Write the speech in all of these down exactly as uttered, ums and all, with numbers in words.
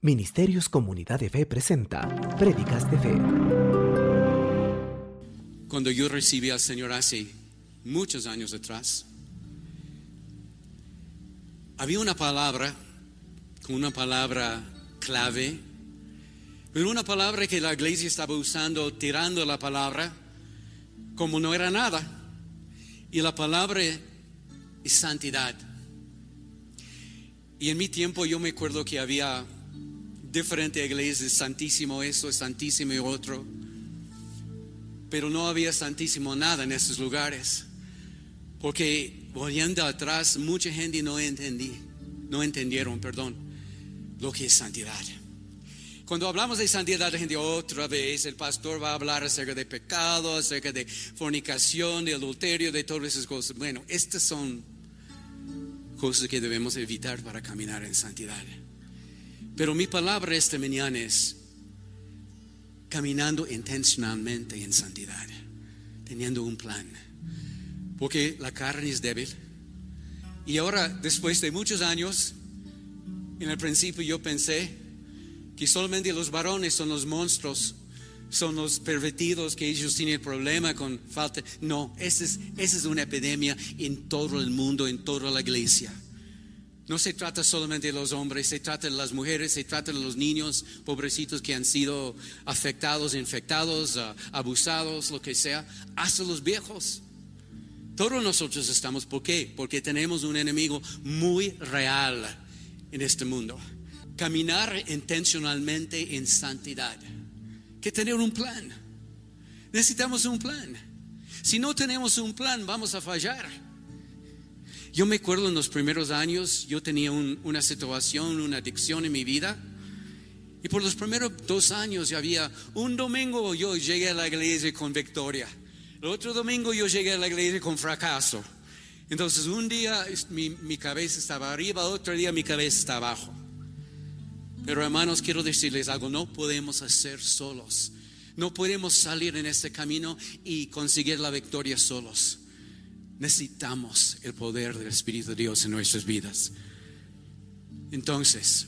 Ministerios Comunidad de Fe presenta Prédicas de Fe. Cuando yo recibí al Señor hace muchos años atrás, había una palabra, una palabra clave, pero una palabra que la iglesia estaba usando, tirando la palabra como no era nada. Y la palabra es santidad. Y en mi tiempo yo me acuerdo que había diferentes iglesias, santísimo eso, santísimo y otro. Pero no había santísimo nada en esos lugares. Porque volviendo atrás, mucha gente no entendí, no entendieron, perdón, lo que es santidad. Cuando hablamos de santidad, la gente otra vez, el pastor va a hablar acerca de pecado, acerca de fornicación, de adulterio, de todas esas cosas. Bueno, estas son cosas que debemos evitar para caminar en santidad. Pero mi palabra esta mañana es caminando intencionalmente en santidad, teniendo un plan. Porque la carne es débil. Y ahora, después de muchos años, en el principio yo pensé que solamente los varones son los monstruos, son los pervertidos, que ellos tienen problema con falta. No, esa es, esa es una epidemia en todo el mundo, en toda la iglesia. No se trata solamente de los hombres, se trata de las mujeres, se trata de los niños pobrecitos que han sido afectados, infectados, uh, abusados, lo que sea, hasta los viejos. Todos nosotros estamos, ¿por qué? Porque tenemos un enemigo muy real en este mundo. Caminar intencionalmente en santidad, que tener un plan. Necesitamos un plan. Si no tenemos un plan, vamos a fallar. Yo me acuerdo en los primeros años, yo tenía un, una situación, una adicción en mi vida. Y por los primeros dos años ya había un domingo yo llegué a la iglesia con victoria. El otro domingo yo llegué a la iglesia con fracaso. Entonces un día mi, mi cabeza estaba arriba, otro día mi cabeza estaba abajo. Pero hermanos, quiero decirles algo, no podemos hacer solos. No podemos salir en este camino y conseguir la victoria solos. Necesitamos el poder del Espíritu de Dios en nuestras vidas. Entonces,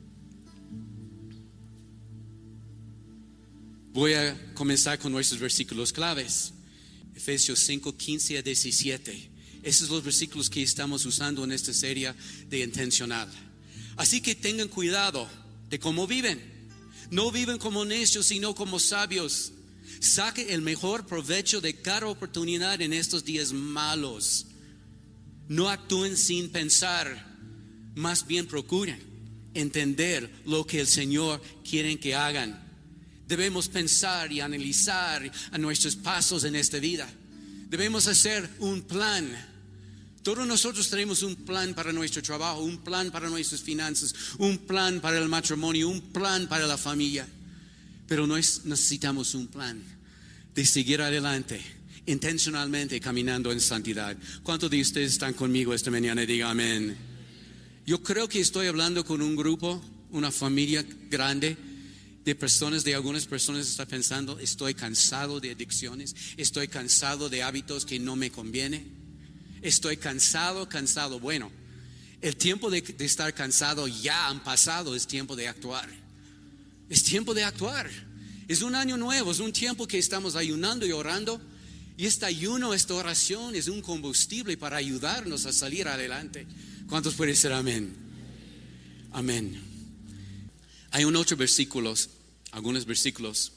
voy a comenzar con nuestros versículos claves. Efesios cinco, quince a diecisiete. Esos son los versículos que estamos usando en esta serie de intencional. Así que tengan cuidado de cómo viven. No viven como necios, sino como sabios. Saque el mejor provecho de cada oportunidad en estos días malos. No actúen sin pensar, más bien procuren entender lo que el Señor quiere que hagan. Debemos pensar y analizar a nuestros pasos en esta vida. Debemos hacer un plan. Todos nosotros tenemos un plan para nuestro trabajo, un plan para nuestras finanzas, un plan para el matrimonio, un plan para la familia. Pero necesitamos un plan de seguir adelante, intencionalmente caminando en santidad. ¿Cuántos de ustedes están conmigo esta mañana? Diga amén. Yo creo que estoy hablando con un grupo, una familia grande de personas, de algunas personas están pensando, estoy cansado de adicciones, estoy cansado de hábitos que no me convienen. Estoy cansado, cansado. Bueno, el tiempo de, de estar cansado ya han pasado, es tiempo de actuar. Es tiempo de actuar. Es un año nuevo, es un tiempo que estamos ayunando y orando. Y este ayuno, esta oración es un combustible para ayudarnos a salir adelante. ¿Cuántos pueden decir amén? Amén. Hay un otro versículo, algunos versículos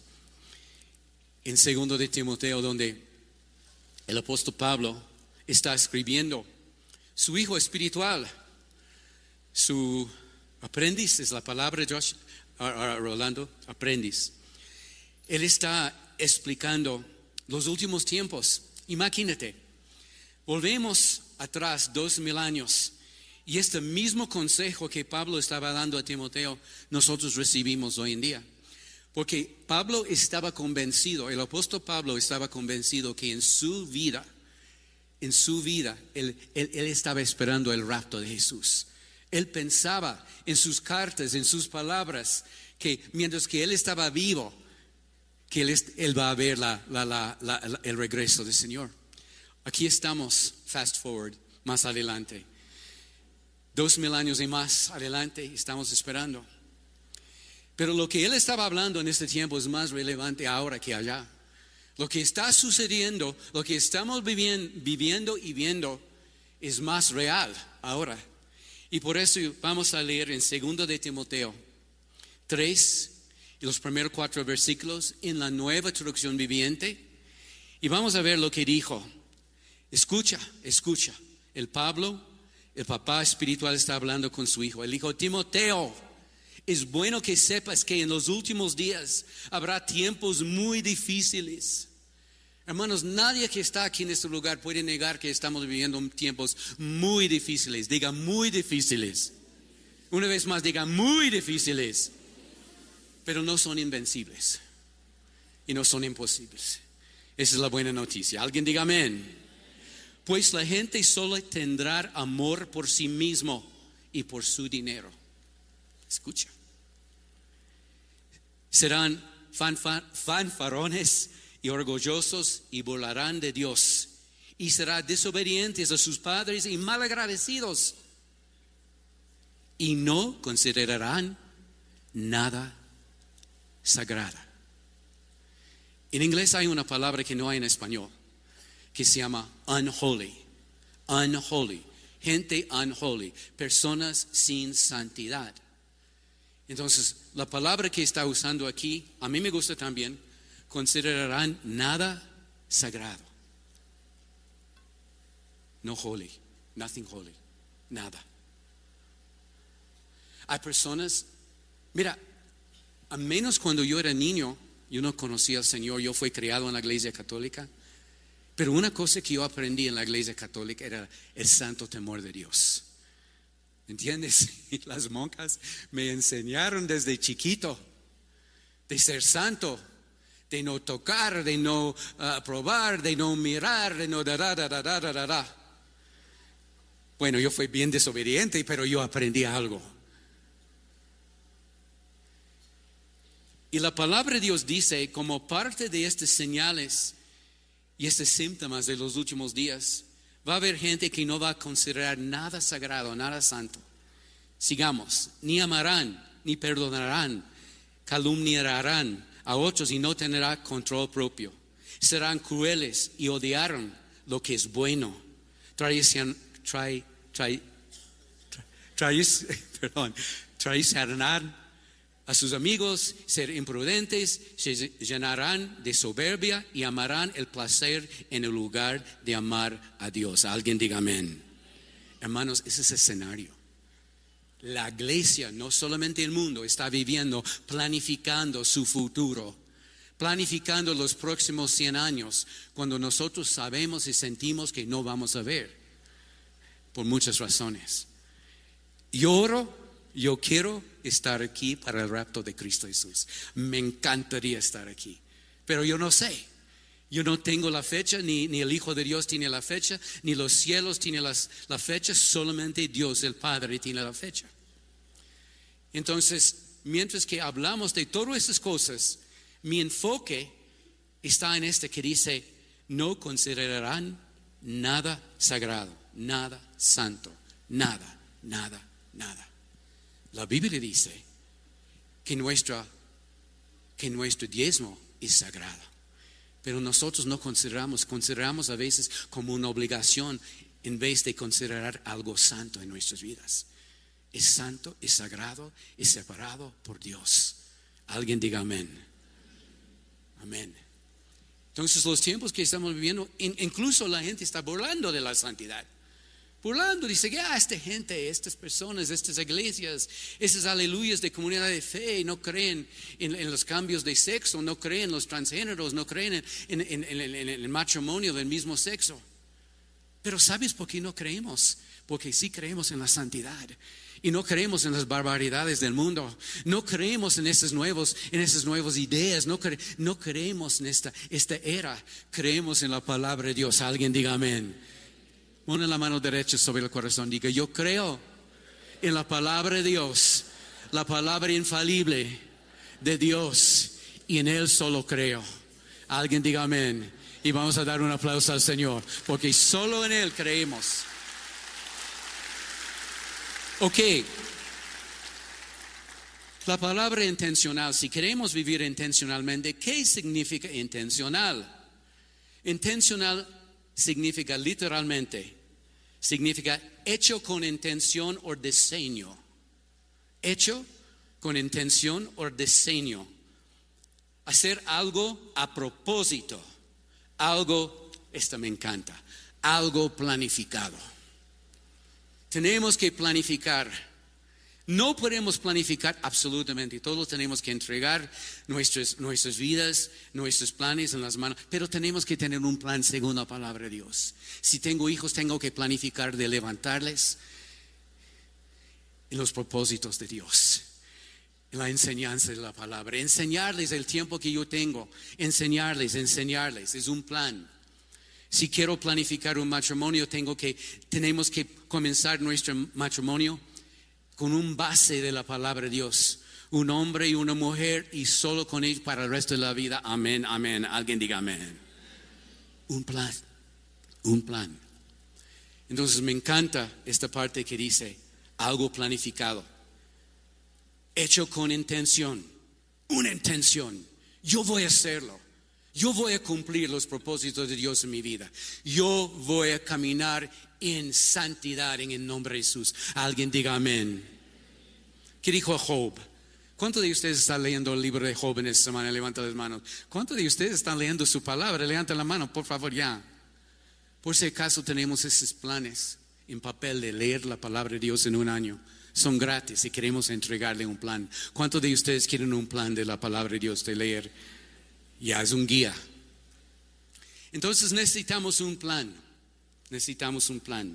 en segundo de Timoteo donde el apóstol Pablo está escribiendo su hijo espiritual, su aprendiz, es la palabra Josh, Rolando, aprendiz. Él está explicando los últimos tiempos. Imagínate, volvemos atrás dos mil años y este mismo consejo que Pablo estaba dando a Timoteo, nosotros recibimos hoy en día. Porque Pablo estaba convencido, el apóstol Pablo estaba convencido que en su vida, en su vida, él, él, él estaba esperando el rapto de Jesús. Él pensaba en sus cartas, en sus palabras, que mientras que él estaba vivo, que él, él va a ver la, la, la, la, el regreso del Señor. Aquí estamos, fast forward, más adelante. Dos mil años y más adelante estamos esperando. Pero lo que él estaba hablando en este tiempo es más relevante ahora que allá. Lo que está sucediendo, lo que estamos viviendo, viviendo y viendo es más real ahora. Y por eso vamos a leer en segundo de Timoteo tres y los primeros cuatro versículos en la Nueva Traducción Viviente. Y vamos a ver lo que dijo. Escucha, escucha. El Pablo, el papá espiritual, está hablando con su hijo. Él dijo: Timoteo, es bueno que sepas que en los últimos días habrá tiempos muy difíciles. Hermanos, nadie que está aquí en este lugar puede negar que estamos viviendo tiempos muy difíciles. Diga muy difíciles. Una vez más, diga muy difíciles. Pero no son invencibles. Y no son imposibles. Esa es la buena noticia. Alguien diga amén. Pues la gente solo tendrá amor por sí mismo y por su dinero. Escucha. Serán fanfa- fanfarones y orgullosos y burlarán de Dios. Y serán desobedientes a sus padres y malagradecidos. Y no considerarán nada sagrado. En inglés hay una palabra que no hay en español, que se llama unholy. Unholy. Gente unholy. Personas sin santidad. Entonces, la palabra que está usando aquí, a mí me gusta también, considerarán nada sagrado. No holy. Nothing holy. Nada. Hay personas, mira, a menos cuando yo era niño, yo no conocía al Señor, yo fui criado en la iglesia católica. Pero una cosa que yo aprendí en la iglesia católica era el santo temor de Dios. ¿Entiendes? Y las monjas me enseñaron desde chiquito de ser santo, de no tocar, de no uh, probar, de no mirar, de no da da da da da da da. Bueno, yo fui bien desobediente, pero yo aprendí algo. Y la palabra de Dios dice, como parte de estas señales y estos síntomas de los últimos días, va a haber gente que no va a considerar nada sagrado, nada santo. Sigamos. Ni amarán, ni perdonarán, calumniarán a otros y no tendrán control propio. Serán crueles y odiarán lo que es bueno. Traición, trai, trai, trai, perdón, traicionarán a sus amigos, ser imprudentes, se llenarán de soberbia y amarán el placer en el lugar de amar a Dios. Alguien diga amén. Hermanos, ese es el escenario. La iglesia, no solamente el mundo, está viviendo, planificando su futuro, planificando los próximos cien años, cuando nosotros sabemos y sentimos que no vamos a ver, por muchas razones. Yo oro. Yo quiero estar aquí para el rapto de Cristo Jesús. Me encantaría estar aquí. Pero yo no sé. Yo no tengo la fecha, ni, ni el Hijo de Dios tiene la fecha, ni los cielos tienen las, la fecha. Solamente Dios, el Padre, tiene la fecha. Entonces, mientras que hablamos de todas estas cosas, mi enfoque está en este que dice: no considerarán nada sagrado, nada santo, nada, nada, nada. La Biblia dice que, nuestra, que nuestro diezmo es sagrado. Pero nosotros no consideramos, consideramos a veces como una obligación en vez de considerar algo santo en nuestras vidas. Es santo, es sagrado, es separado por Dios. Alguien diga amén. Amén. Entonces los tiempos que estamos viviendo, incluso la gente está burlando de la santidad. Burlando, dice que ah, esta gente, estas personas, estas iglesias, esas aleluyas de comunidad de fe, no creen en, en los cambios de sexo, no creen en los transgéneros, no creen en, en, en, en, en el matrimonio del mismo sexo. Pero ¿sabes por qué no creemos? Porque sí creemos en la santidad. Y no creemos en las barbaridades del mundo. No creemos en esas nuevos, en esas nuevas ideas. No, cre, no creemos en esta, esta era. Creemos en la palabra de Dios. Alguien diga amén. Pone la mano derecha sobre el corazón. Diga: yo creo en la palabra de Dios, la palabra infalible de Dios, y en Él solo creo. Alguien diga amén. Y vamos a dar un aplauso al Señor, porque solo en Él creemos. Ok. La palabra intencional, si queremos vivir intencionalmente, ¿qué significa intencional? Intencional significa literalmente, significa hecho con intención o diseño. Hecho con intención o diseño. Hacer algo a propósito. Algo, esta me encanta, algo planificado. Tenemos que planificar. No podemos planificar absolutamente. Todos tenemos que entregar nuestras, nuestras vidas, nuestros planes en las manos. Pero tenemos que tener un plan según la palabra de Dios. Si tengo hijos, tengo que planificar de levantarles en los propósitos de Dios. En la enseñanza de la palabra. Enseñarles el tiempo que yo tengo. Enseñarles, enseñarles. Es un plan. Si quiero planificar un matrimonio, tengo que, tenemos que comenzar nuestro matrimonio con un base de la palabra de Dios. Un hombre y una mujer y solo con ellos para el resto de la vida. Amén, amén. Alguien diga amén. Un plan, un plan. Entonces me encanta esta parte que dice algo planificado. Hecho con intención. Una intención. Yo voy a hacerlo. Yo voy a cumplir los propósitos de Dios en mi vida. Yo voy a caminar en santidad en el nombre de Jesús. Alguien diga amén. ¿Qué dijo Job? ¿Cuántos de ustedes están leyendo el libro de Job en esta semana? Levanta las manos. ¿Cuántos de ustedes están leyendo su palabra? Levanta la mano, por favor, ya. Por si acaso tenemos esos planes en papel de leer la palabra de Dios en un año. Son gratis y queremos entregarle un plan. ¿Cuántos de ustedes quieren un plan de la palabra de Dios de leer? Ya es un guía. Entonces necesitamos un plan. Necesitamos un plan.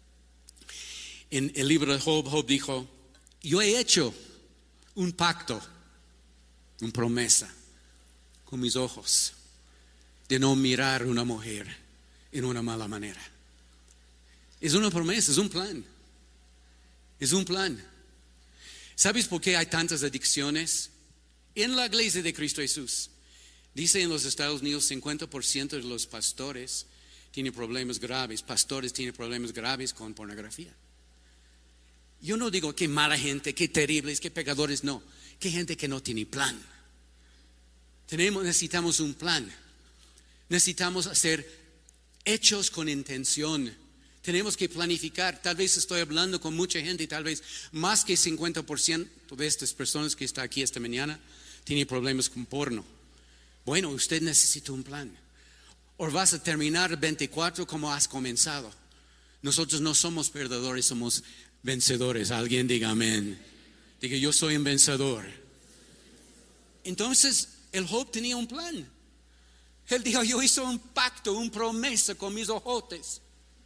En el libro de Job, Job dijo, yo he hecho un pacto, una promesa con mis ojos de no mirar a una mujer en una mala manera. Es una promesa, es un plan. Es un plan. ¿Sabes por qué hay tantas adicciones en la iglesia de Cristo Jesús? Dice en los Estados Unidos cincuenta por ciento de los pastores tienen problemas graves. Pastores tienen problemas graves con pornografía. Yo no digo qué mala gente, qué terribles, qué pecadores, no. Qué gente que no tiene plan. Tenemos, necesitamos un plan. Necesitamos hacer hechos con intención. Tenemos que planificar. Tal vez estoy hablando con mucha gente y tal vez más que cincuenta por ciento de estas personas que están aquí esta mañana tienen problemas con porno. Bueno, usted necesita un plan. O vas a terminar veinticuatro como has comenzado. Nosotros no somos perdedores, somos vencedores. Alguien diga amén. Diga, yo soy un vencedor. Entonces, el Job tenía un plan. Él dijo, yo hice un pacto, una promesa con mis ojotes.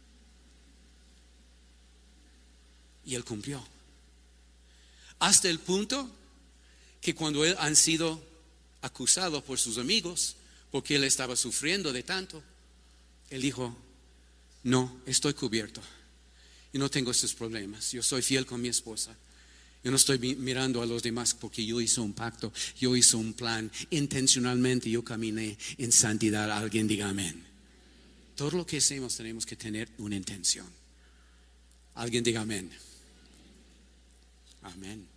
Y él cumplió. Hasta el punto que cuando él han sido acusado por sus amigos, porque él estaba sufriendo de tanto, él dijo, no, estoy cubierto y no tengo estos problemas, yo soy fiel con mi esposa, yo no estoy mirando a los demás porque yo hice un pacto, yo hice un plan, intencionalmente yo caminé en santidad. Alguien diga amén. Todo lo que hacemos tenemos que tener una intención. Alguien diga amén. Amén.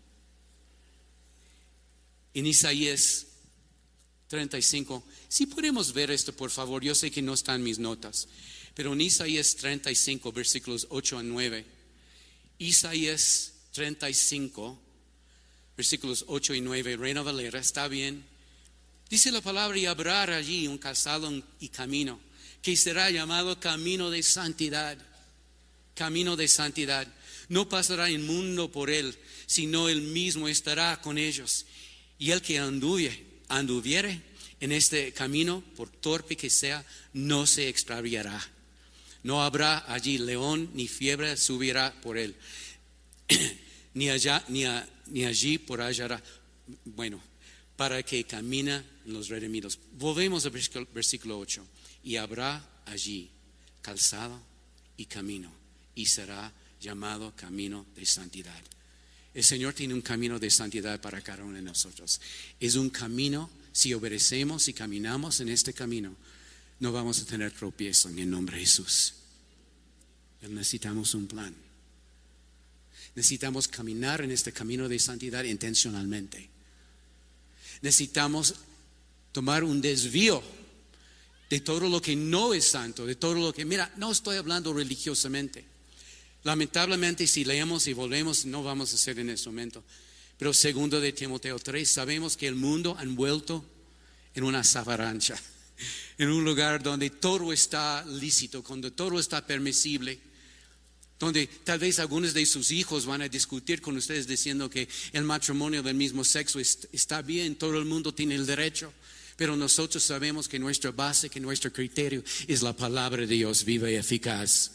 En Isaías treinta y cinco, si podemos ver esto por favor, yo sé que no están mis notas, pero en Isaías treinta y cinco versículos ocho a nueve, Isaías treinta y cinco versículos ocho y nueve, Reina Valera, está bien, dice la palabra, y habrá allí un calzado y camino que será llamado camino de santidad, camino de santidad, no pasará inmundo por él, sino él mismo estará con ellos, y el que anduve anduviere en este camino, por torpe que sea, no se extraviará. No habrá allí león ni fiebre subirá por él, ni allá ni, a, ni allí por hallará. Bueno, para que camina en los redimidos. Volvemos al versículo ocho. Y habrá allí calzado y camino, y será llamado camino de santidad. El Señor tiene un camino de santidad para cada uno de nosotros. Es un camino, si obedecemos y caminamos en este camino, no vamos a tener tropiezo en el nombre de Jesús. Necesitamos un plan. Necesitamos caminar en este camino de santidad intencionalmente. Necesitamos tomar un desvío de todo lo que no es santo, de todo lo que, mira, no estoy hablando religiosamente. Lamentablemente, si leemos y volvemos, no vamos a hacer en este momento. Pero segundo de Timoteo tres, sabemos que el mundo ha vuelto en una zafarrancha, en un lugar donde todo está lícito, donde todo está permisible, donde tal vez algunos de sus hijos van a discutir con ustedes diciendo que el matrimonio del mismo sexo está bien, todo el mundo tiene el derecho. Pero nosotros sabemos que nuestra base, que nuestro criterio es la palabra de Dios viva y eficaz.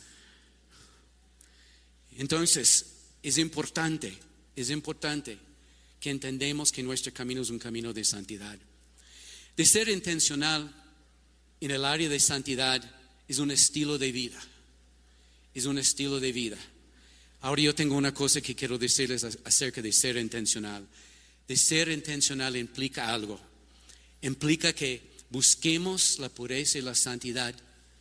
Entonces, es importante, es importante que entendamos que nuestro camino es un camino de santidad. De ser intencional en el área de santidad es un estilo de vida. Es un estilo de vida. Ahora yo tengo una cosa que quiero decirles acerca de ser intencional. De ser intencional implica algo. Implica que busquemos la pureza y la santidad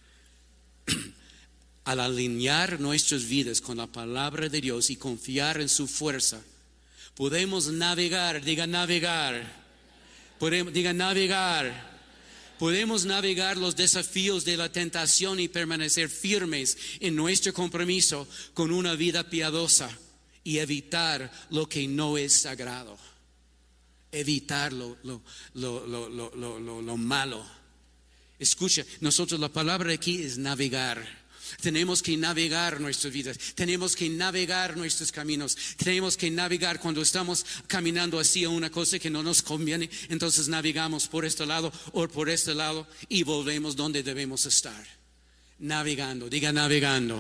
al alinear nuestras vidas con la palabra de Dios y confiar en su fuerza. Podemos navegar, diga navegar, podemos, diga navegar. Podemos navegar los desafíos de la tentación y permanecer firmes en nuestro compromiso con una vida piadosa y evitar lo que no es sagrado. Evitar lo, lo, lo, lo, lo, lo, lo, lo malo. Escucha, nosotros la palabra aquí es navegar. Tenemos que navegar nuestras vidas, tenemos que navegar nuestros caminos, tenemos que navegar cuando estamos caminando hacia una cosa que no nos conviene. Entonces navegamos por este lado o por este lado y volvemos donde debemos estar. Navegando, diga navegando.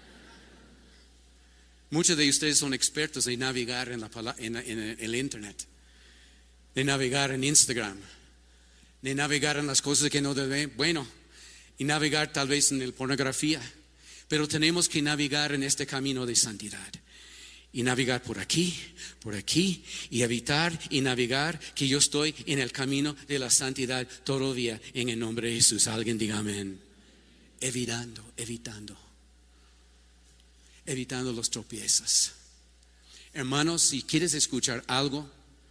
Muchos de ustedes son expertos en navegar en, la, en, en el internet, de navegar en Instagram, de navegar en las cosas que no deben, bueno, y navegar tal vez en la pornografía. Pero tenemos que navegar en este camino de santidad. Y navegar por aquí, por aquí, y evitar y navegar que yo estoy en el camino de la santidad todavía en el nombre de Jesús. Alguien diga amén. Evitando, evitando. Evitando los tropiezos. Hermanos, si quieres escuchar algo,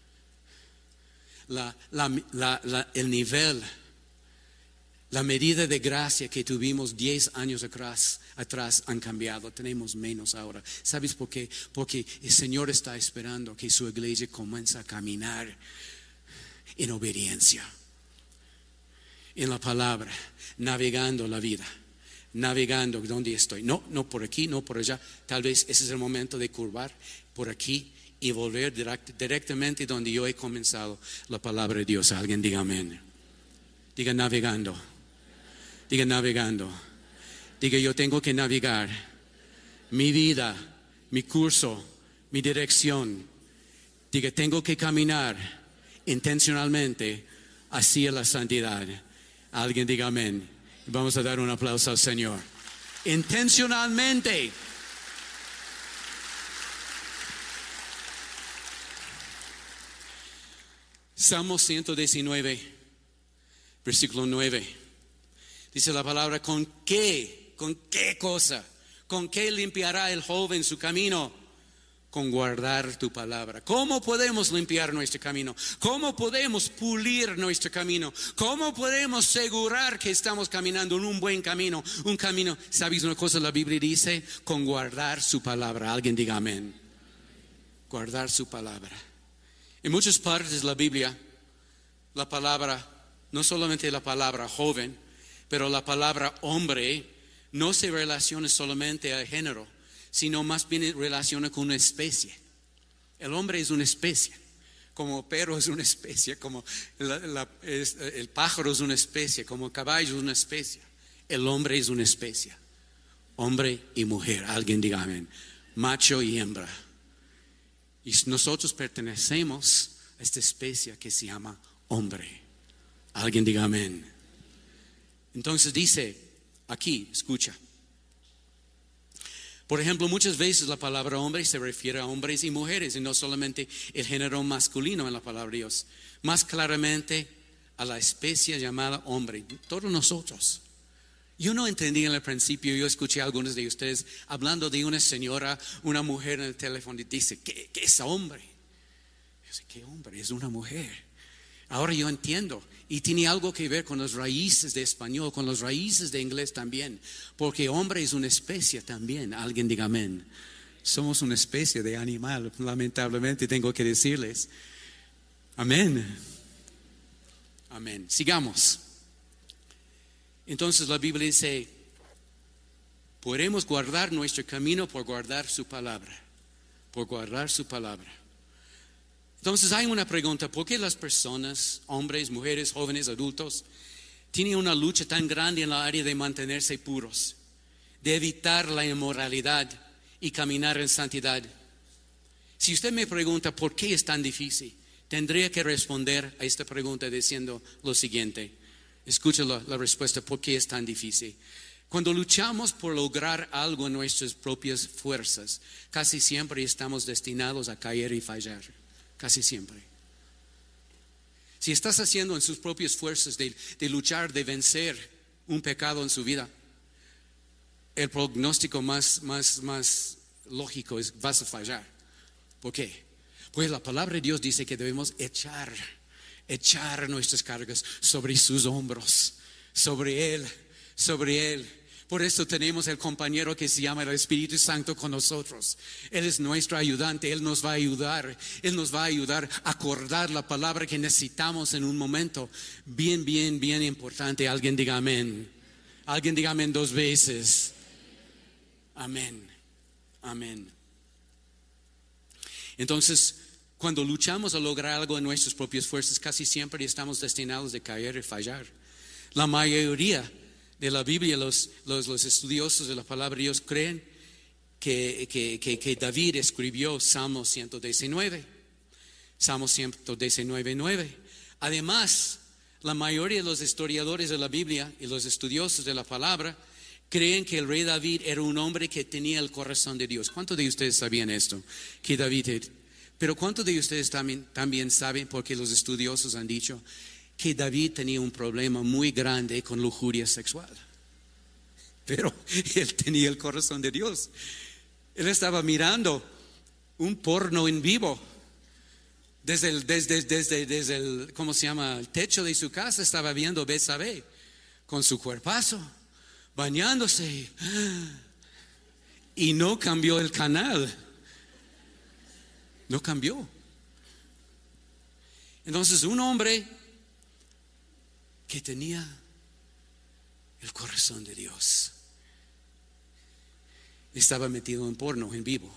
la, la, la, la, el nivel, la medida de gracia que tuvimos diez años atrás, atrás han cambiado. Tenemos menos ahora. ¿Sabes por qué? Porque el Señor está esperando que su iglesia comience a caminar en obediencia, en la palabra, navegando la vida, navegando donde estoy. No, no por aquí, no por allá. Tal vez ese es el momento de curvar por aquí y volver direct, directamente donde yo he comenzado la palabra de Dios. Alguien diga amén. Diga navegando. Diga navegando. Diga yo tengo que navegar mi vida, mi curso, mi dirección. Diga tengo que caminar intencionalmente hacia la santidad. Alguien diga amén. Vamos a dar un aplauso al Señor. Intencionalmente. Salmo ciento diecinueve, versículo nueve. Dice la palabra, ¿con qué? ¿Con qué cosa? ¿Con qué limpiará el joven su camino? Con guardar tu palabra. ¿Cómo podemos limpiar nuestro camino? ¿Cómo podemos pulir nuestro camino? ¿Cómo podemos asegurar que estamos caminando en un buen camino? Un camino, ¿sabes una cosa? La Biblia dice, con guardar su palabra. Alguien diga amén. Guardar su palabra. En muchas partes de la Biblia, la palabra, no solamente la palabra joven, pero la palabra hombre no se relaciona solamente al género, sino más bien relaciona con una especie. El hombre es una especie, como perro es una especie, como la, la, es, el pájaro es una especie, como el caballo es una especie. El hombre es una especie, hombre y mujer. Alguien diga amén. Macho y hembra. Y nosotros pertenecemos a esta especie que se llama hombre. Alguien diga amén. Entonces dice aquí, escucha. Por ejemplo, muchas veces la palabra hombre se refiere a hombres y mujeres y no solamente el género masculino en la palabra de Dios. Más claramente a la especie llamada hombre. Todos nosotros. Yo no entendí en el principio, yo escuché a algunos de ustedes hablando de una señora, una mujer en el teléfono y dice, ¿qué, qué es hombre? Yo sé, ¿qué hombre? Es una mujer. Ahora yo entiendo, y tiene algo que ver con las raíces de español, con las raíces de inglés también, porque hombre es una especie también. Alguien diga amén. Somos una especie de animal, lamentablemente tengo que decirles. Amén. Amén. Sigamos. Entonces la Biblia dice, podremos guardar nuestro camino por guardar su palabra, por guardar su palabra. Entonces hay una pregunta, ¿por qué las personas, hombres, mujeres, jóvenes, adultos, tienen una lucha tan grande en la área de mantenerse puros, de evitar la inmoralidad y caminar en santidad? Si usted me pregunta por qué es tan difícil, tendría que responder a esta pregunta diciendo lo siguiente. Escucha la, la respuesta, ¿por qué es tan difícil? Cuando luchamos por lograr algo en nuestras propias fuerzas, casi siempre estamos destinados a caer y fallar. Casi siempre. Si estás haciendo en sus propias fuerzas de, de luchar, de vencer un pecado en su vida, el pronóstico más, más, más lógico es vas a fallar. ¿Por qué? Pues la palabra de Dios dice que debemos echar, echar nuestras cargas sobre sus hombros, sobre Él, sobre Él. Por eso tenemos el compañero que se llama el Espíritu Santo con nosotros. Él es nuestro ayudante, Él nos va a ayudar. Él nos va a ayudar a acordar la palabra que necesitamos en un momento bien, bien, bien importante. Alguien diga amén. Alguien diga amén dos veces. Amén. Amén. Entonces, cuando luchamos a lograr algo en nuestras propias fuerzas, casi siempre estamos destinados a caer y fallar. La mayoría de la Biblia, los, los, los estudiosos de la palabra de Dios creen que, que, que, que David escribió Salmo ciento diecinueve, Salmo ciento diecinueve, nueve. Además, la mayoría de los historiadores de la Biblia y los estudiosos de la palabra creen que el rey David era un hombre que tenía el corazón de Dios. ¿Cuántos de ustedes sabían esto? Que David, pero ¿cuántos de ustedes también, también saben, porque los estudiosos han dicho que David tenía un problema muy grande con lujuria sexual? Pero él tenía el corazón de Dios. Él estaba mirando un porno en vivo. Desde el, desde, desde, desde el, ¿cómo se llama? El techo de su casa estaba viendo Betsabé con su cuerpazo, bañándose. Y no cambió el canal. No cambió. Entonces un hombre que tenía el corazón de Dios estaba metido en porno en vivo.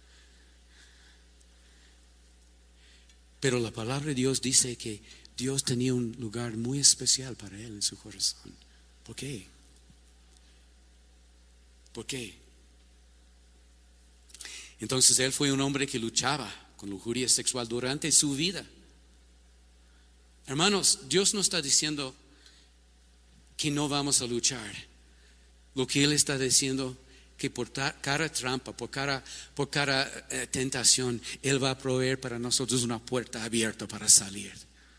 Pero la palabra de Dios dice que Dios tenía un lugar muy especial para él en su corazón. ¿Por qué? ¿Por qué? Entonces él fue un hombre que luchaba con lujuria sexual durante su vida. Hermanos, Dios no está diciendo que no vamos a luchar. Lo que Él está diciendo que por cada trampa, por cada, por cada eh, tentación, Él va a proveer para nosotros una puerta abierta para salir.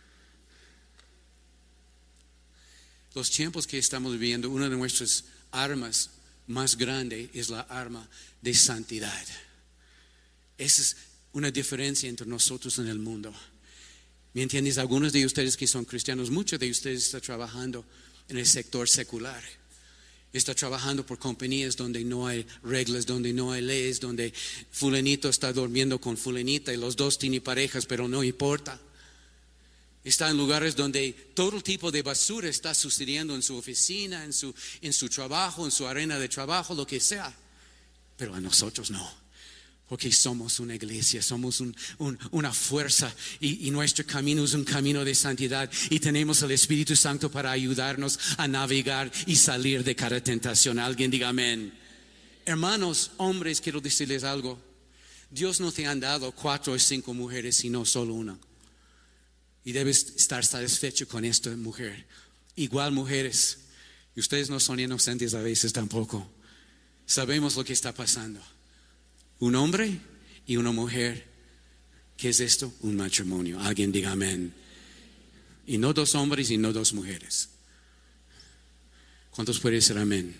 Los tiempos que estamos viviendo, una de nuestras armas más grandes es la arma de santidad. Esa es una diferencia entre nosotros en el mundo. ¿Me entiendes? Algunos de ustedes que son cristianos, muchos de ustedes están trabajando en el sector secular. Está trabajando por compañías donde no hay reglas, donde no hay leyes, donde fulanito está durmiendo con fulanita y los dos tienen parejas, pero no importa. Está en lugares donde todo tipo de basura está sucediendo en su oficina, en su, en su trabajo, en su arena de trabajo, lo que sea. Pero a nosotros no. Porque somos una iglesia, somos un, un, una fuerza y, y nuestro camino es un camino de santidad y tenemos el Espíritu Santo para ayudarnos a navegar y salir de cada tentación. Alguien diga amén. Hermanos, hombres, quiero decirles algo. Dios no te ha dado cuatro o cinco mujeres, sino solo una. Y debes estar satisfecho con esta mujer. Igual mujeres, y ustedes no son inocentes a veces tampoco. Sabemos lo que está pasando. Un hombre y una mujer. ¿Qué es esto? Un matrimonio. Alguien diga amén. Y no dos hombres y no dos mujeres. ¿Cuántos pueden decir amén?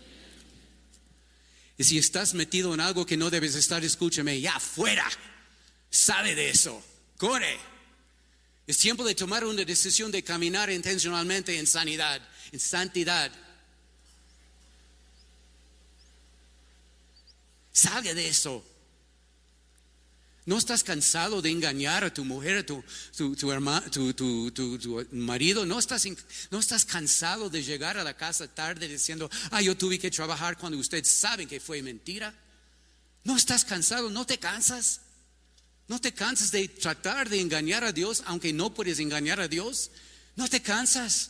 Y si estás metido en algo que no debes estar, escúchame, ya fuera. Sale de eso. Corre. Es tiempo de tomar una decisión de caminar intencionalmente en sanidad, en santidad. Salga de eso. ¿No estás cansado de engañar a tu mujer, a tu, tu, tu, hermano, tu, tu, tu, tu marido? ¿No estás, ¿No estás cansado de llegar a la casa tarde diciendo, ah, yo tuve que trabajar cuando ustedes saben que fue mentira? ¿No estás cansado? ¿No te cansas? ¿No te cansas de tratar de engañar a Dios aunque no puedes engañar a Dios? ¿No te cansas?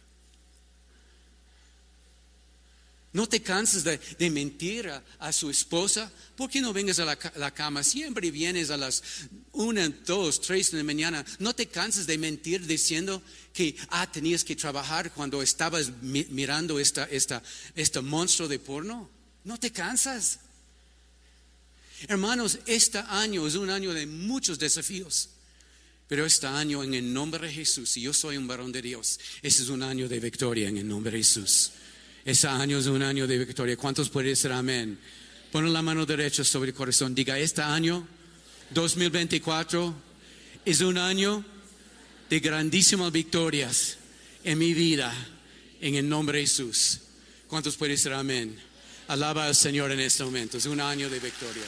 ¿No te cansas de, de mentir a, a su esposa? ¿Por qué no vengas a la, la cama? Siempre vienes a las una, dos, tres de la mañana. ¿No te cansas de mentir diciendo que ah, tenías que trabajar cuando estabas mi, mirando esta, esta, este monstruo de porno? ¿No te cansas? Hermanos, este año es un año de muchos desafíos. Pero este año, en el nombre de Jesús, y yo soy un varón de Dios, este es un año de victoria en el nombre de Jesús. Este año es un año de victoria. ¿Cuántos pueden decir amén? Pon la mano derecha sobre el corazón. Diga, este año dos mil veinticuatro es un año de grandísimas victorias en mi vida, en el nombre de Jesús. ¿Cuántos pueden decir amén? Alaba al Señor en este momento. Es un año de victoria.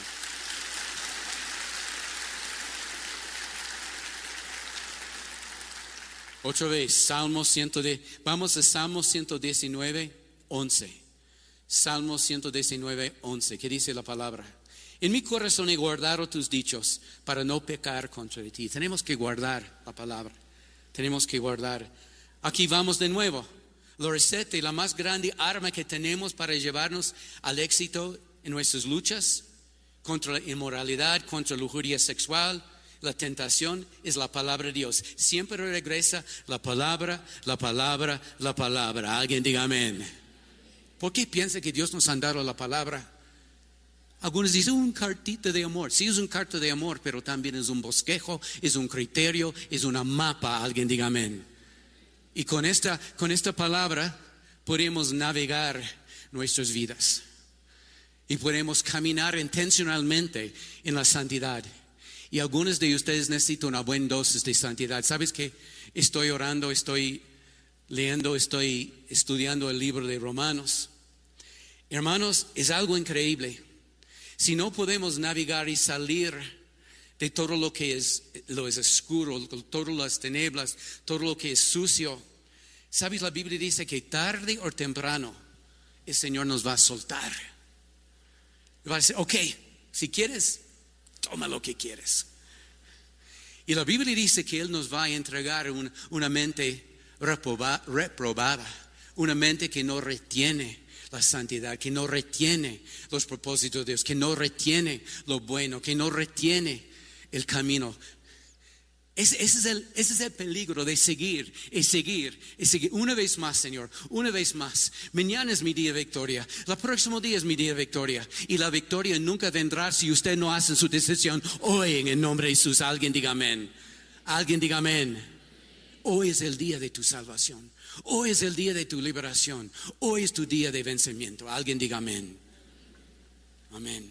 Otra vez, Salmo ciento diez. Vamos a Salmo ciento diecinueve. once. Salmo ciento diecinueve, once. ¿Qué dice la palabra? En mi corazón he guardado tus dichos para no pecar contra ti. Tenemos que guardar la palabra. Tenemos que guardar. Aquí vamos de nuevo. La receta y la más grande arma que tenemos para llevarnos al éxito en nuestras luchas contra la inmoralidad, contra la lujuria sexual, la tentación, es la palabra de Dios. Siempre regresa la palabra, la palabra, la palabra. Alguien diga amén. ¿Por qué piensa que Dios nos ha dado la palabra? Algunos dicen un cartita de amor. Sí, es un carta de amor, pero también es un bosquejo, es un criterio, es una mapa. Alguien diga amén. Y con esta, con esta palabra podemos navegar nuestras vidas. Y podemos caminar intencionalmente en la santidad. Y algunos de ustedes necesitan una buena dosis de santidad. ¿Sabes qué? Estoy orando, estoy leyendo, estoy estudiando el libro de Romanos. Hermanos, es algo increíble. Si no podemos navegar y salir de todo lo que es, lo es oscuro, todas las tinieblas, todo lo que es sucio. ¿Sabes? La Biblia dice que tarde o temprano el Señor nos va a soltar. Va a decir, ok, si quieres, toma lo que quieres. Y la Biblia dice que Él nos va a entregar un, una mente reproba, reprobada, una mente que no retiene la santidad, que no retiene los propósitos de Dios, que no retiene lo bueno, que no retiene el camino. Ese, ese, es el, ese es el peligro de seguir y seguir y seguir. Una vez más, Señor, una vez más. Mañana es mi día de victoria. El próximo día es mi día de victoria. Y la victoria nunca vendrá si usted no hace su decisión hoy en el nombre de Jesús. Alguien diga amén. Alguien diga amén. Hoy es el día de tu salvación. Hoy es el día de tu liberación. Hoy es tu día de vencimiento. Alguien diga amén. Amén.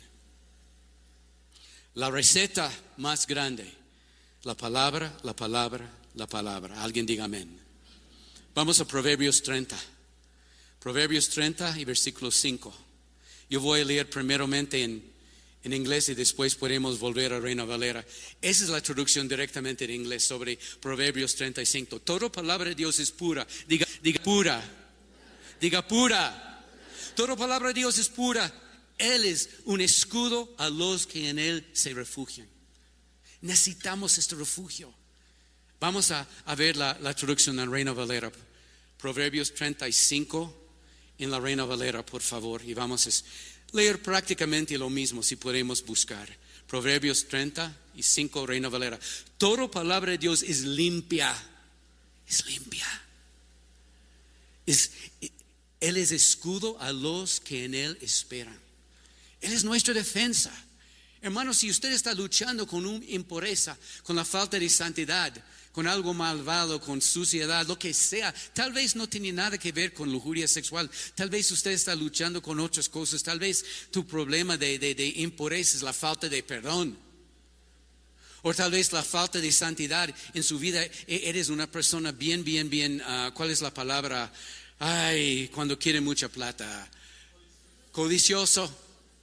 La receta más grande. La palabra, la palabra, la palabra. Alguien diga amén. Vamos a Proverbios treinta. Proverbios treinta y versículo cinco. Yo voy a leer primeramente en, en inglés y después podemos volver a Reina Valera. Esa es la traducción directamente en inglés sobre Proverbios treinta y cinco. Toda palabra de Dios es pura. Diga, diga pura. Diga pura. Toda palabra de Dios es pura. Él es un escudo a los que en Él se refugian. Necesitamos este refugio. Vamos a, a ver la, la traducción en Reina Valera. Proverbios treinta y cinco en la Reina Valera, por favor. Y vamos a leer prácticamente lo mismo si podemos buscar. Proverbios treinta y cinco, Reina Valera. Toda palabra de Dios es limpia. Es limpia. Es, Él es escudo a los que en Él esperan. Él es nuestra defensa. Hermanos, si usted está luchando con una impureza, con la falta de santidad, con algo malvado, con suciedad, lo que sea. Tal vez no tiene nada que ver con lujuria sexual. Tal vez usted está luchando con otras cosas. Tal vez tu problema de, de, de impureza es la falta de perdón. O tal vez la falta de santidad en su vida. Eres una persona bien, bien, bien, uh, ¿cuál es la palabra? Ay, cuando quiere mucha plata. Codicioso.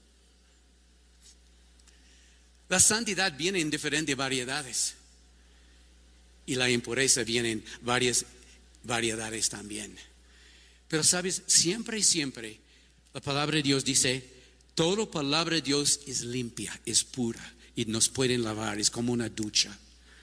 La santidad viene en diferentes variedades. Y la impureza viene en varias variedades también. Pero sabes, siempre y siempre la palabra de Dios dice, toda palabra de Dios es limpia, es pura y nos pueden lavar, es como una ducha.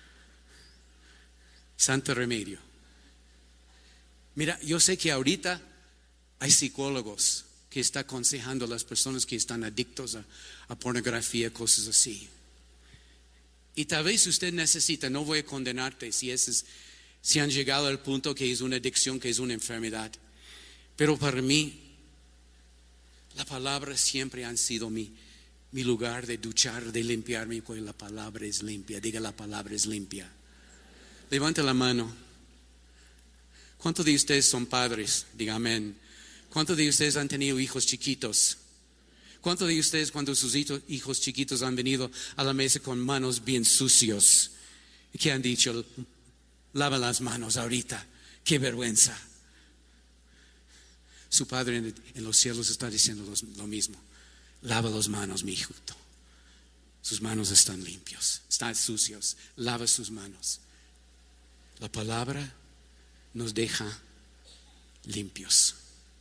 Santo remedio. Mira, yo sé que ahorita hay psicólogos que están aconsejando a las personas que están adictos a, a pornografía, cosas así. Y tal vez usted necesita, no voy a condenarte si, ese es, si han llegado al punto que es una adicción, que es una enfermedad. Pero para mí, la palabra siempre ha sido mi, mi lugar de duchar, de limpiarme, porque la palabra es limpia. Diga, la palabra es limpia. Levante la mano. ¿Cuántos de ustedes son padres? Diga amén. ¿Cuántos de ustedes han tenido hijos chiquitos? ¿Cuántos de ustedes cuando sus hijos chiquitos han venido a la mesa con manos bien sucios? ¿Qué han dicho? Lava las manos ahorita. ¡Qué vergüenza! Su padre en, en los cielos está diciendo los, lo mismo. Lava las manos, mi hijo. Sus manos están limpios, están sucios. Lava sus manos. La palabra nos deja limpios.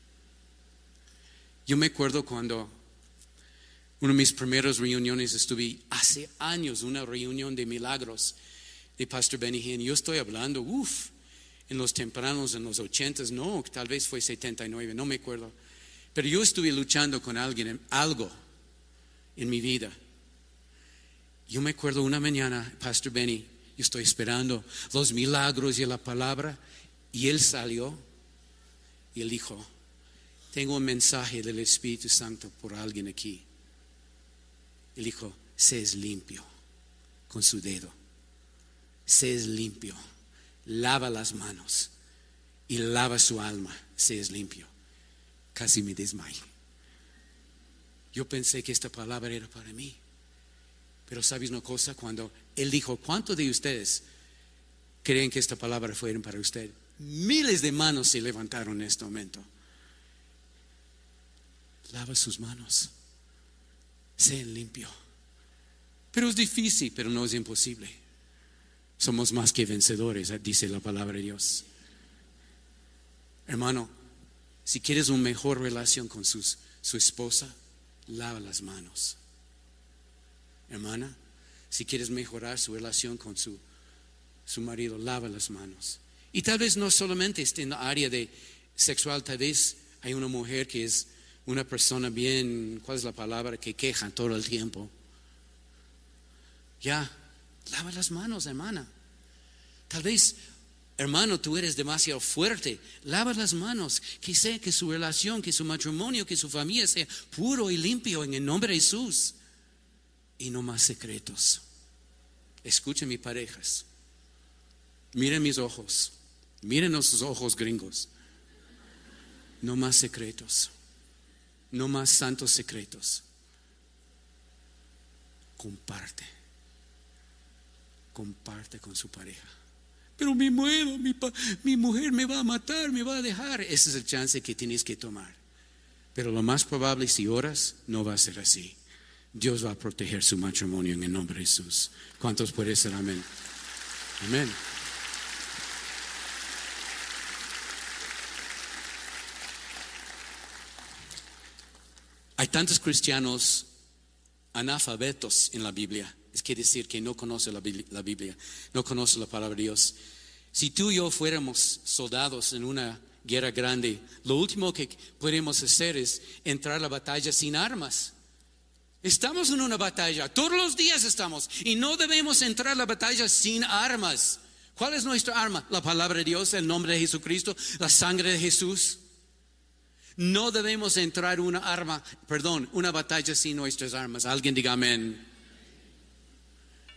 Yo me acuerdo cuando una de mis primeras reuniones estuve hace años, una reunión de milagros de Pastor Benny Hinn. Yo estoy hablando, uff, en los tempranos, en los ochentas, no, tal vez fue setenta y nueve, no me acuerdo. Pero yo estuve luchando con alguien, en, algo en mi vida. Yo me acuerdo una mañana, Pastor Benny, yo estoy esperando los milagros y la palabra, y él salió y él dijo, tengo un mensaje del Espíritu Santo por alguien aquí. Él dijo, sé limpio con su dedo. Sé limpio. Lava las manos y lava su alma. Sé limpio. Casi me desmayé. Yo pensé que esta palabra era para mí. Pero ¿sabes una cosa? Cuando él dijo, ¿cuántos de ustedes creen que esta palabra fuera para usted? Miles de manos se levantaron en este momento. Lava sus manos. Sé limpio. Pero es difícil, pero no es imposible. Somos más que vencedores, dice la palabra de Dios. Hermano, si quieres una mejor relación con sus, su esposa, lava las manos. Hermana, si quieres mejorar su relación con su, su marido, lava las manos. Y tal vez no solamente esté en la área de sexual, tal vez hay una mujer que es una persona bien, ¿cuál es la palabra? Que queja todo el tiempo. Ya, lava las manos, hermana. Tal vez, hermano, tú eres demasiado fuerte. Lava las manos. Que sea que su relación, que su matrimonio, que su familia sea puro y limpio en el nombre de Jesús. Y no más secretos. Escuchen mis parejas. Miren mis ojos. Miren esos ojos gringos. No más secretos. No más santos secretos. Comparte. Comparte con su pareja. Pero me muero, mi, mi mujer me va a matar, me va a dejar. Ese es el chance que tienes que tomar. Pero lo más probable, si oras, no va a ser así. Dios va a proteger su matrimonio en el nombre de Jesús. ¿Cuántos pueden ser amén? Amén. Hay tantos cristianos analfabetos en la Biblia. Es que decir que no conocen la Biblia, no conocen la palabra de Dios. Si tú y yo fuéramos soldados en una guerra grande, lo último que podemos hacer es entrar a la batalla sin armas. Estamos en una batalla, todos los días estamos, y no debemos entrar a la batalla sin armas. ¿Cuál es nuestra arma? La palabra de Dios, el nombre de Jesucristo, la sangre de Jesús. No debemos entrar una arma, perdón, una batalla sin nuestras armas. Alguien diga amén.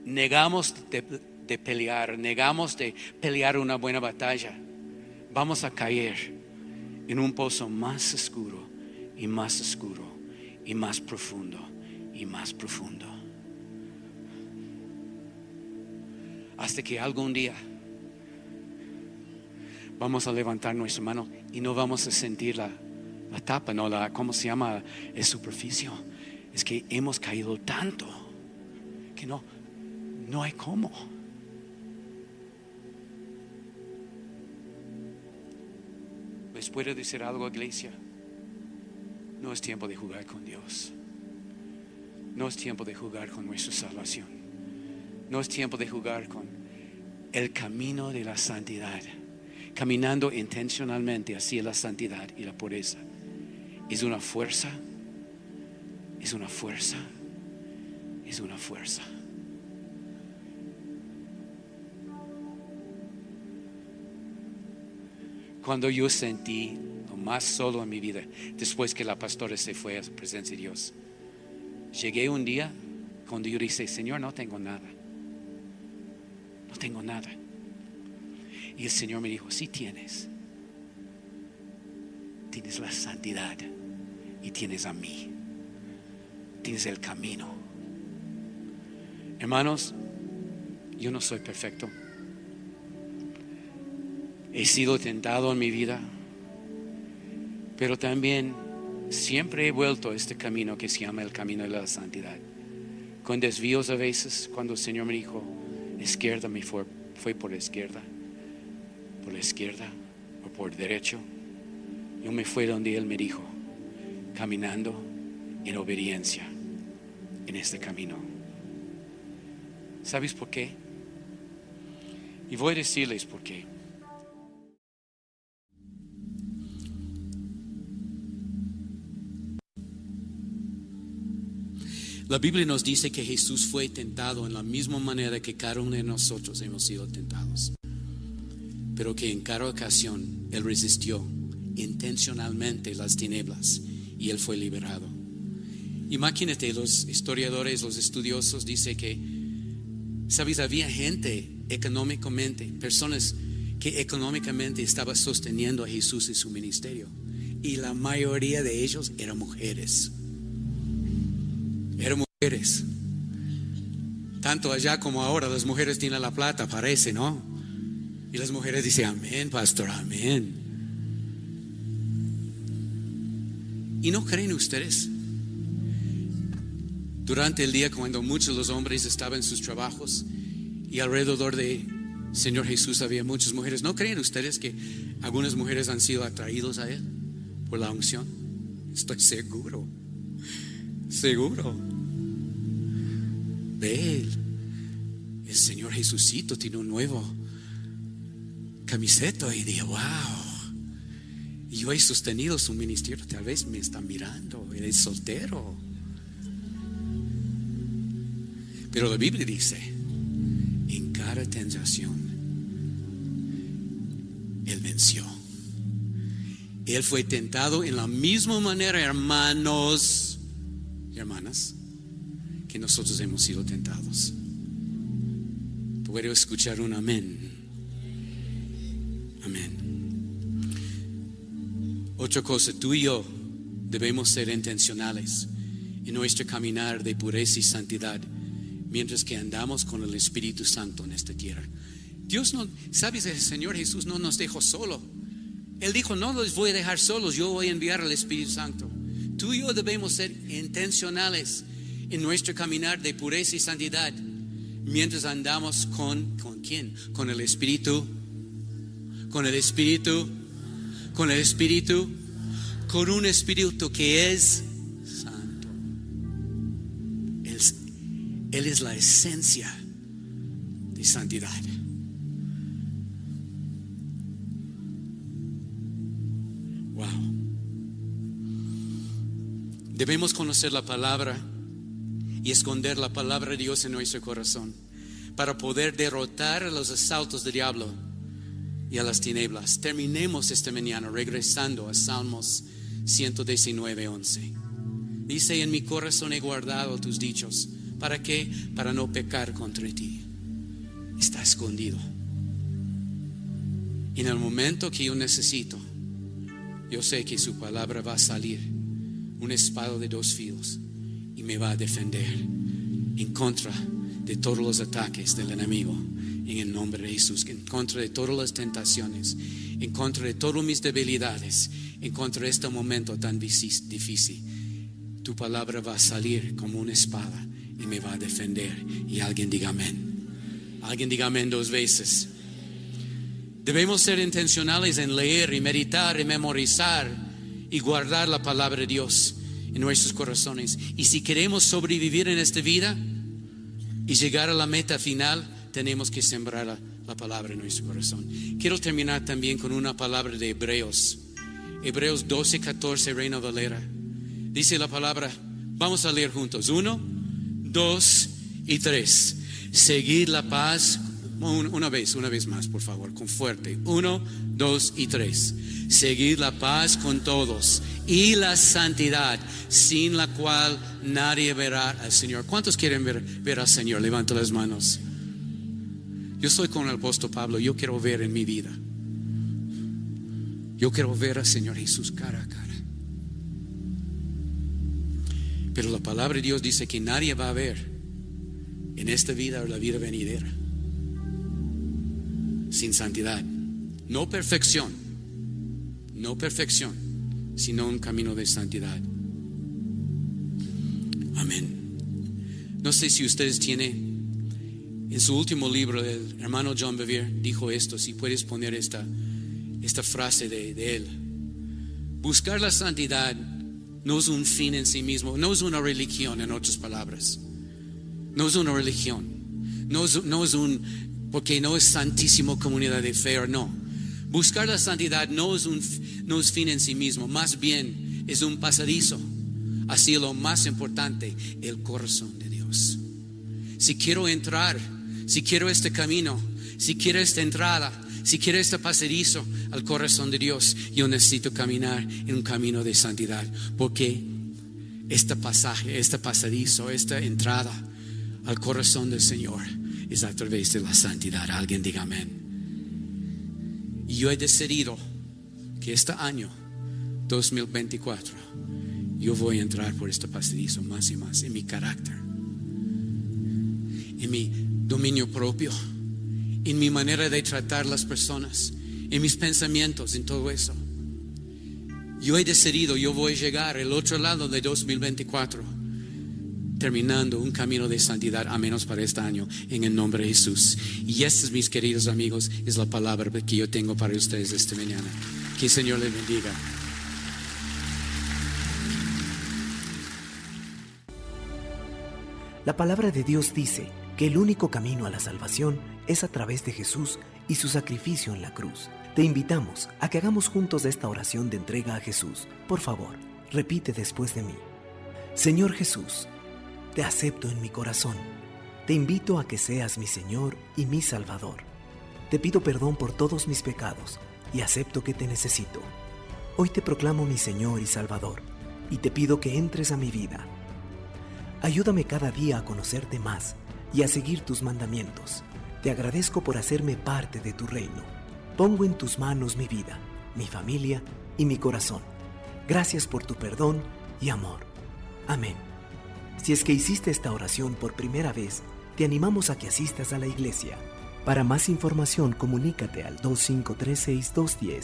negamos de, de pelear, negamos de pelear una buena batalla, vamos a caer en un pozo más oscuro y más oscuro y más profundo y más profundo. Hasta que algún día vamos a levantar nuestra mano y no vamos a sentir la, la tapa, no la, ¿cómo se llama? El superficie. Es que hemos caído tanto que no, no hay cómo. ¿Les puedo decir algo, iglesia? No es tiempo de jugar con Dios. No es tiempo de jugar con nuestra salvación. No es tiempo de jugar con el camino de la santidad. Caminando intencionalmente hacia la santidad y la pureza. Es una fuerza. Es una fuerza. Es una fuerza. Cuando yo sentí lo más solo en mi vida, después que la pastora se fue a la presencia de Dios, llegué un día cuando yo dije, Señor, no tengo nada. No tengo nada. Y el Señor me dijo, sí tienes. Tienes la santidad y tienes a mí. Tienes el camino. Hermanos, yo no soy perfecto. He sido tentado en mi vida, pero también siempre he vuelto a este camino que se llama el camino de la santidad. Con desvíos a veces, cuando el Señor me dijo, izquierda, me fue, fue por la izquierda, por la izquierda o por derecho. Yo me fui donde Él me dijo, caminando en obediencia en este camino. ¿Sabes por qué? Y voy a decirles por qué. La Biblia nos dice que Jesús fue tentado en la misma manera que cada uno de nosotros hemos sido tentados, pero que en cada ocasión Él resistió intencionalmente las tinieblas y Él fue liberado. Imagínate, los historiadores, los estudiosos dicen que, sabes, había gente económicamente, personas que económicamente estaban sosteniendo a Jesús y su ministerio, y la mayoría de ellos eran mujeres. Eran mujeres. Tanto allá como ahora las mujeres tienen la plata, parece, ¿no? Y las mujeres dicen, amén, pastor, amén. ¿Y no creen ustedes? Durante el día, cuando muchos de los hombres estaban en sus trabajos y alrededor de Señor Jesús había muchas mujeres, ¿no creen ustedes que algunas mujeres han sido atraídos a Él por la unción? Estoy seguro. Seguro. Ve, el Señor Jesucito tiene un nuevo camiseta y dije, wow. Y yo he sostenido su ministerio, tal vez me están mirando, él es soltero. Pero la Biblia dice, en cada tentación, Él venció. Él fue tentado en la misma manera, hermanos y hermanas, que nosotros hemos sido tentados. Puedo escuchar un amén. Amén. Otra cosa, tú y yo debemos ser intencionales en nuestro caminar de pureza y santidad mientras que andamos con el Espíritu Santo en esta tierra. Dios no, sabes, el Señor Jesús no nos dejó solo. Él dijo, no los voy a dejar solos, yo voy a enviar al Espíritu Santo. Tú y yo debemos ser intencionales en nuestro caminar de pureza y santidad mientras andamos con, ¿con quién? Con el Espíritu, con el Espíritu, con el Espíritu, con un Espíritu que es santo. Él, él es la esencia de santidad. Wow. Debemos conocer la palabra y esconder la palabra de Dios en nuestro corazón para poder derrotar los asaltos del diablo y a las tinieblas. Terminemos esta mañana regresando a Salmos ciento diecinueve, once. Dice, en mi corazón he guardado tus dichos ¿Para qué? Para no pecar contra ti. Está escondido. En el momento que yo necesito, yo sé que su palabra va a salir, una espada de dos filos, y me va a defender en contra de todos los ataques del enemigo, en el nombre de Jesús, en contra de todas las tentaciones, en contra de todas mis debilidades, en contra de este momento tan difícil. Tu palabra va a salir como una espada y me va a defender. Y alguien diga amén. Alguien diga amén dos veces. Debemos ser intencionales en leer y meditar y memorizar y guardar la palabra de Dios en nuestros corazones. Y si queremos sobrevivir en esta vida y llegar a la meta final, tenemos que sembrar la, la palabra en nuestro corazón. Quiero terminar también con una palabra de Hebreos. Hebreos doce, catorce, Reina Valera. Dice la palabra, vamos a leer juntos. Uno, dos y tres. Seguid la paz. Una vez, una vez más, por favor, con fuerte. Uno, dos y tres. Seguid la paz con todos y la santidad, sin la cual nadie verá al Señor. ¿Cuántos quieren ver, ver al Señor? Levanta las manos. Yo estoy con el apóstol Pablo. Yo quiero ver en mi vida. Yo quiero ver al Señor Jesús cara a cara. Pero la palabra de Dios dice que nadie va a ver en esta vida o la vida venidera sin santidad. No perfección, no perfección, sino un camino de santidad. Amén. No sé si ustedes tienen, en su último libro, el hermano John Bevere dijo esto, si puedes poner esta, esta frase de, de él. Buscar la santidad no es un fin en sí mismo, no es una religión, en otras palabras. No es una religión, no es, no es un, porque no es santísimo comunidad de fe, o no. Buscar la santidad no es un no es fin en sí mismo, más bien es un pasadizo hacia lo más importante, el corazón de Dios. Si quiero entrar, si quiero este camino, si quiero esta entrada, si quiero este pasadizo al corazón de Dios, yo necesito caminar en un camino de santidad, porque este pasaje, este pasadizo, esta entrada al corazón del Señor es a través de la santidad. Alguien diga amén. Y yo he decidido que este año dos mil veinticuatro yo voy a entrar por este pasadizo más y más en mi carácter, en mi dominio propio, en mi manera de tratar las personas, en mis pensamientos, en todo eso. Yo he decidido, yo voy a llegar al otro lado de dos mil veinticuatro terminando un camino de santidad, a menos para este año, en el nombre de Jesús. Y esta, mis queridos amigos, es la palabra que yo tengo para ustedes esta mañana. Que el Señor les bendiga. La palabra de Dios dice que el único camino a la salvación es a través de Jesús y su sacrificio en la cruz. Te invitamos a que hagamos juntos esta oración de entrega a Jesús. Por favor, repite después de mí. Señor Jesús, te acepto en mi corazón. Te invito a que seas mi Señor y mi Salvador. Te pido perdón por todos mis pecados y acepto que te necesito. Hoy te proclamo mi Señor y Salvador y te pido que entres a mi vida. Ayúdame cada día a conocerte más y a seguir tus mandamientos. Te agradezco por hacerme parte de tu reino. Pongo en tus manos mi vida, mi familia y mi corazón. Gracias por tu perdón y amor. Amén. Si es que hiciste esta oración por primera vez, te animamos a que asistas a la iglesia. Para más información, comunícate al dos cinco tres seis, dos uno cero,